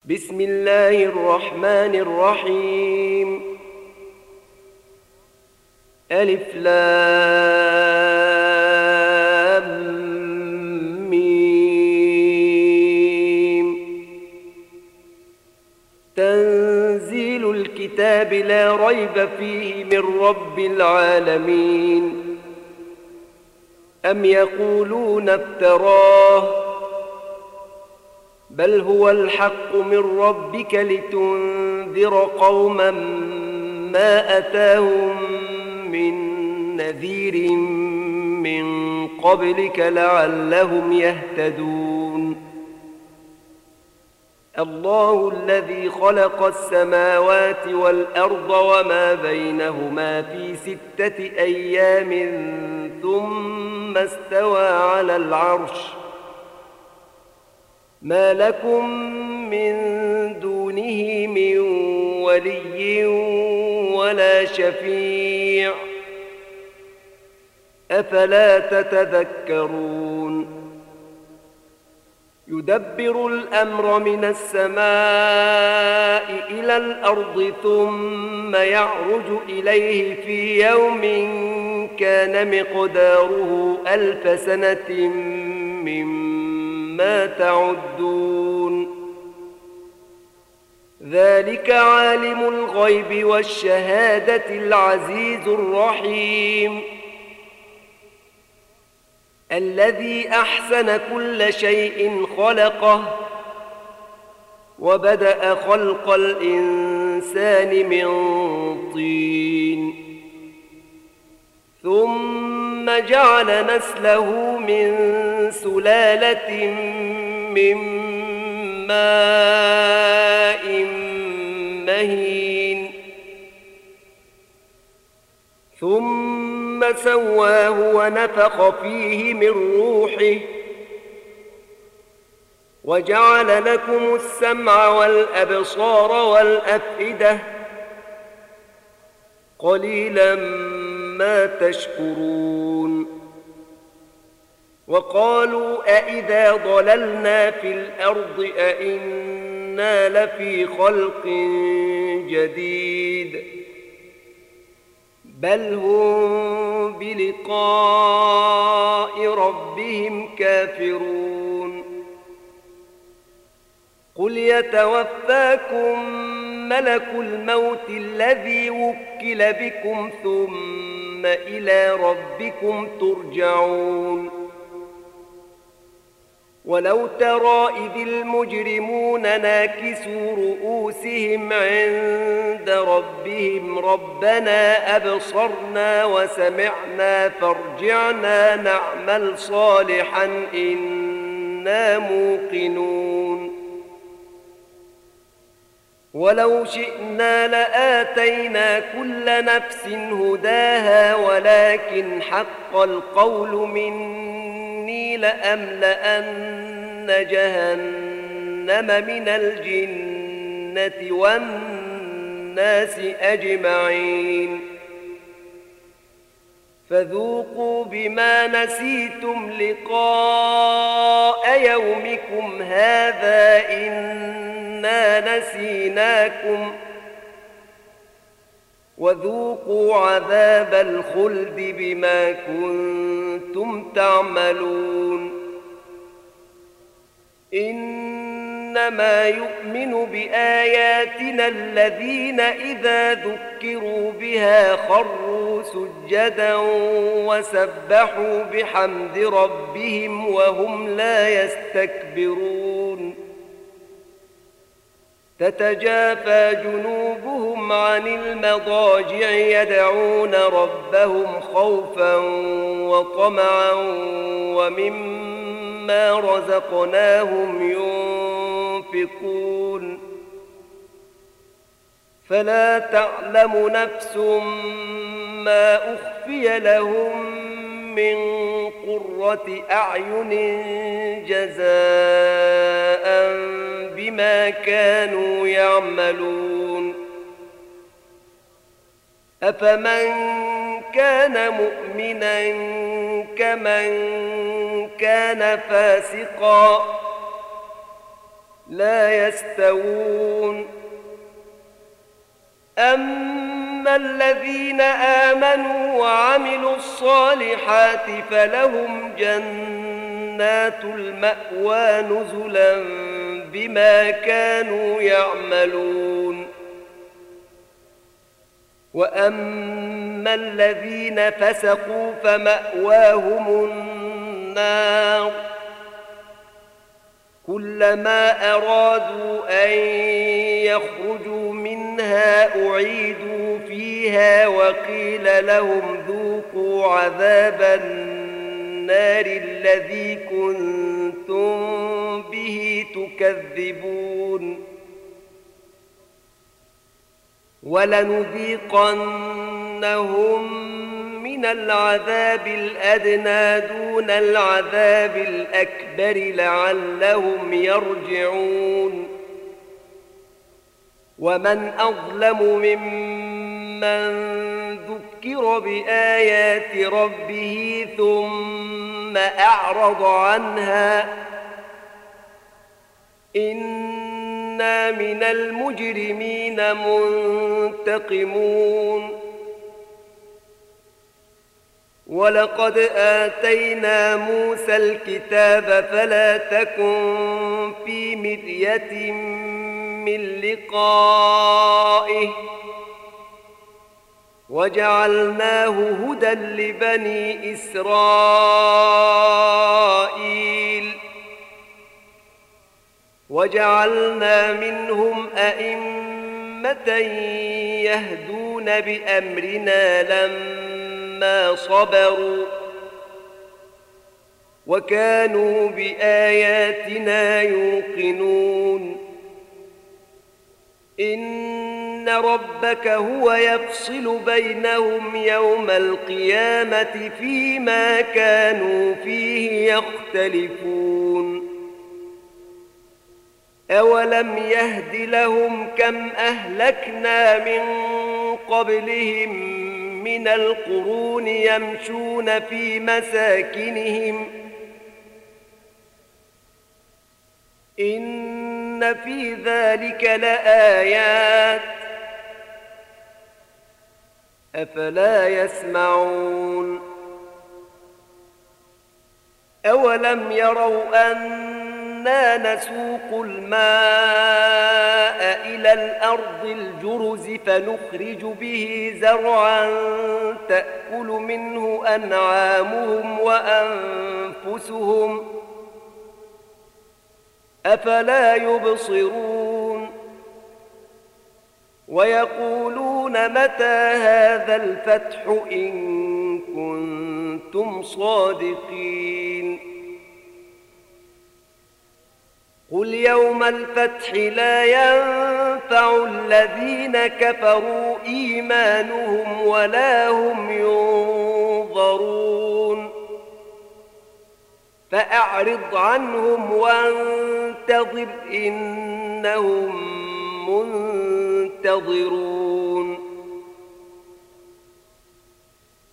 بسم الله الرحمن الرحيم. ألف لام ميم. تنزيل الكتاب لا ريب فيه من رب العالمين. أم يقولون افتراه بل هو الحق من ربك لتنذر قوما ما أتاهم من نذير من قبلك لعلهم يهتدون. الله الذي خلق السماوات والأرض وما بينهما في 6 أيام ثم استوى على العرش. ما لكم من دونه من ولي ولا شفيع أفلا تتذكرون. يدبر الأمر من السماء إلى الأرض ثم يعرج إليه في يوم كان مقداره 1000 سنة مما تعدون. ذلك عالم الغيب والشهادة العزيز الرحيم الذي أحسن كل شيء خلقه وبدأ خلق الإنسان من طين ثم جعل نسله من سلالة من ماء مهين ثم سواه ونفخ فيه من روحه وجعل لكم السمع والأبصار والأفئدة قليلا ما تشكرون. وقالوا أإذا ضللنا في الأرض أإنا لفي خلق جديد بل هم بلقاء ربهم كافرون. قل يتوفاكم ملك الموت الذي وكل بكم ثم إلى ربكم ترجعون. ولو ترى إذ المجرمون ناكسوا رؤوسهم عند ربهم ربنا أبصرنا وسمعنا فارجعنا نعمل صالحا إنا موقنون. ولو شئنا لآتينا كل نفس هداها ولكن حق القول مني لأملأن جهنم من الجنة والناس أجمعين. فذوقوا بما نسيتم لقاء يومكم هذا إنا نسيناكم وذوقوا عذاب الخلد بما كنتم تعملون. إنما يؤمن بآياتنا الذين إذا ذكروا بها خروا سجدا وسبحوا بحمد ربهم وهم لا يستكبرون. تتجافى جنوبهم عن المضاجع يدعون ربهم خوفا وطمعا ومما رزقناهم ينفقون. فلا تعلم نفس ما أخفي لهم من قرة أعين جزاء بما كانوا يعملون. أفمن كان مؤمنا كمن. كمن كان فاسقا. لا يستوون. إنما يؤمن بآياتنا الذين إذا ذكروا بها خروا سجدا وسبحوا بحمد ربهم وهم لا يستكبرون. تتجافى جنوبهم عن المضاجع يدعون ربهم خوفا وطمعا ومما رزقناهم ينفقون. فلا تعلم نفس ما أخفي لهم من قرة أعين جزاء بما كانوا يعملون. أفمن كان مؤمنا لا يستوون. أما الذين آمنوا وعملوا الصالحات فلهم جنات المأوى نزلا بما كانوا يعملون. وأما الذين فسقوا فمأواهم النار كلما أرادوا أن يخرجوا منها أعيدوا فيها وقيل لهم ذوقوا عذاب النار الذي كنتم به تكذبون. ولنذيقنهم من العذاب الأدنى دون العذاب الأكبر لعلهم يرجعون. ومن أظلم ممن ذكر بآيات ربه ثم أعرض عنها إنا من المجرمين منتقمون. ولقد آتينا موسى الكتاب فلا تكن في مرية من لقائه وجعلناه هدى لبني إسرائيل وجعلنا منهم أئمة يهدون بأمرنا لما صبروا وكانوا بآياتنا يوقنون. إن ربك هو يفصل بينهم يوم القيامة فيما كانوا فيه يختلفون. أولم يهد لهم كم أهلكنا من قبلهم من القرون يمشون في مساكنهم إن في ذلك لآيات أفلا يسمعون. أولم يروا أنا نسوق الماء إلى الأرض الجرز فنخرج به زرعا تأكل منه أنعامهم وأنفسهم أفلا يبصرون. ويقولون متى هذا الفتح إن كنتم صادقين. قل يوم الفتح لا ينفع الذين كفروا إيمانهم ولا هم ينظرون. فأعرض عنهم وانتظر إنهم منتظرون.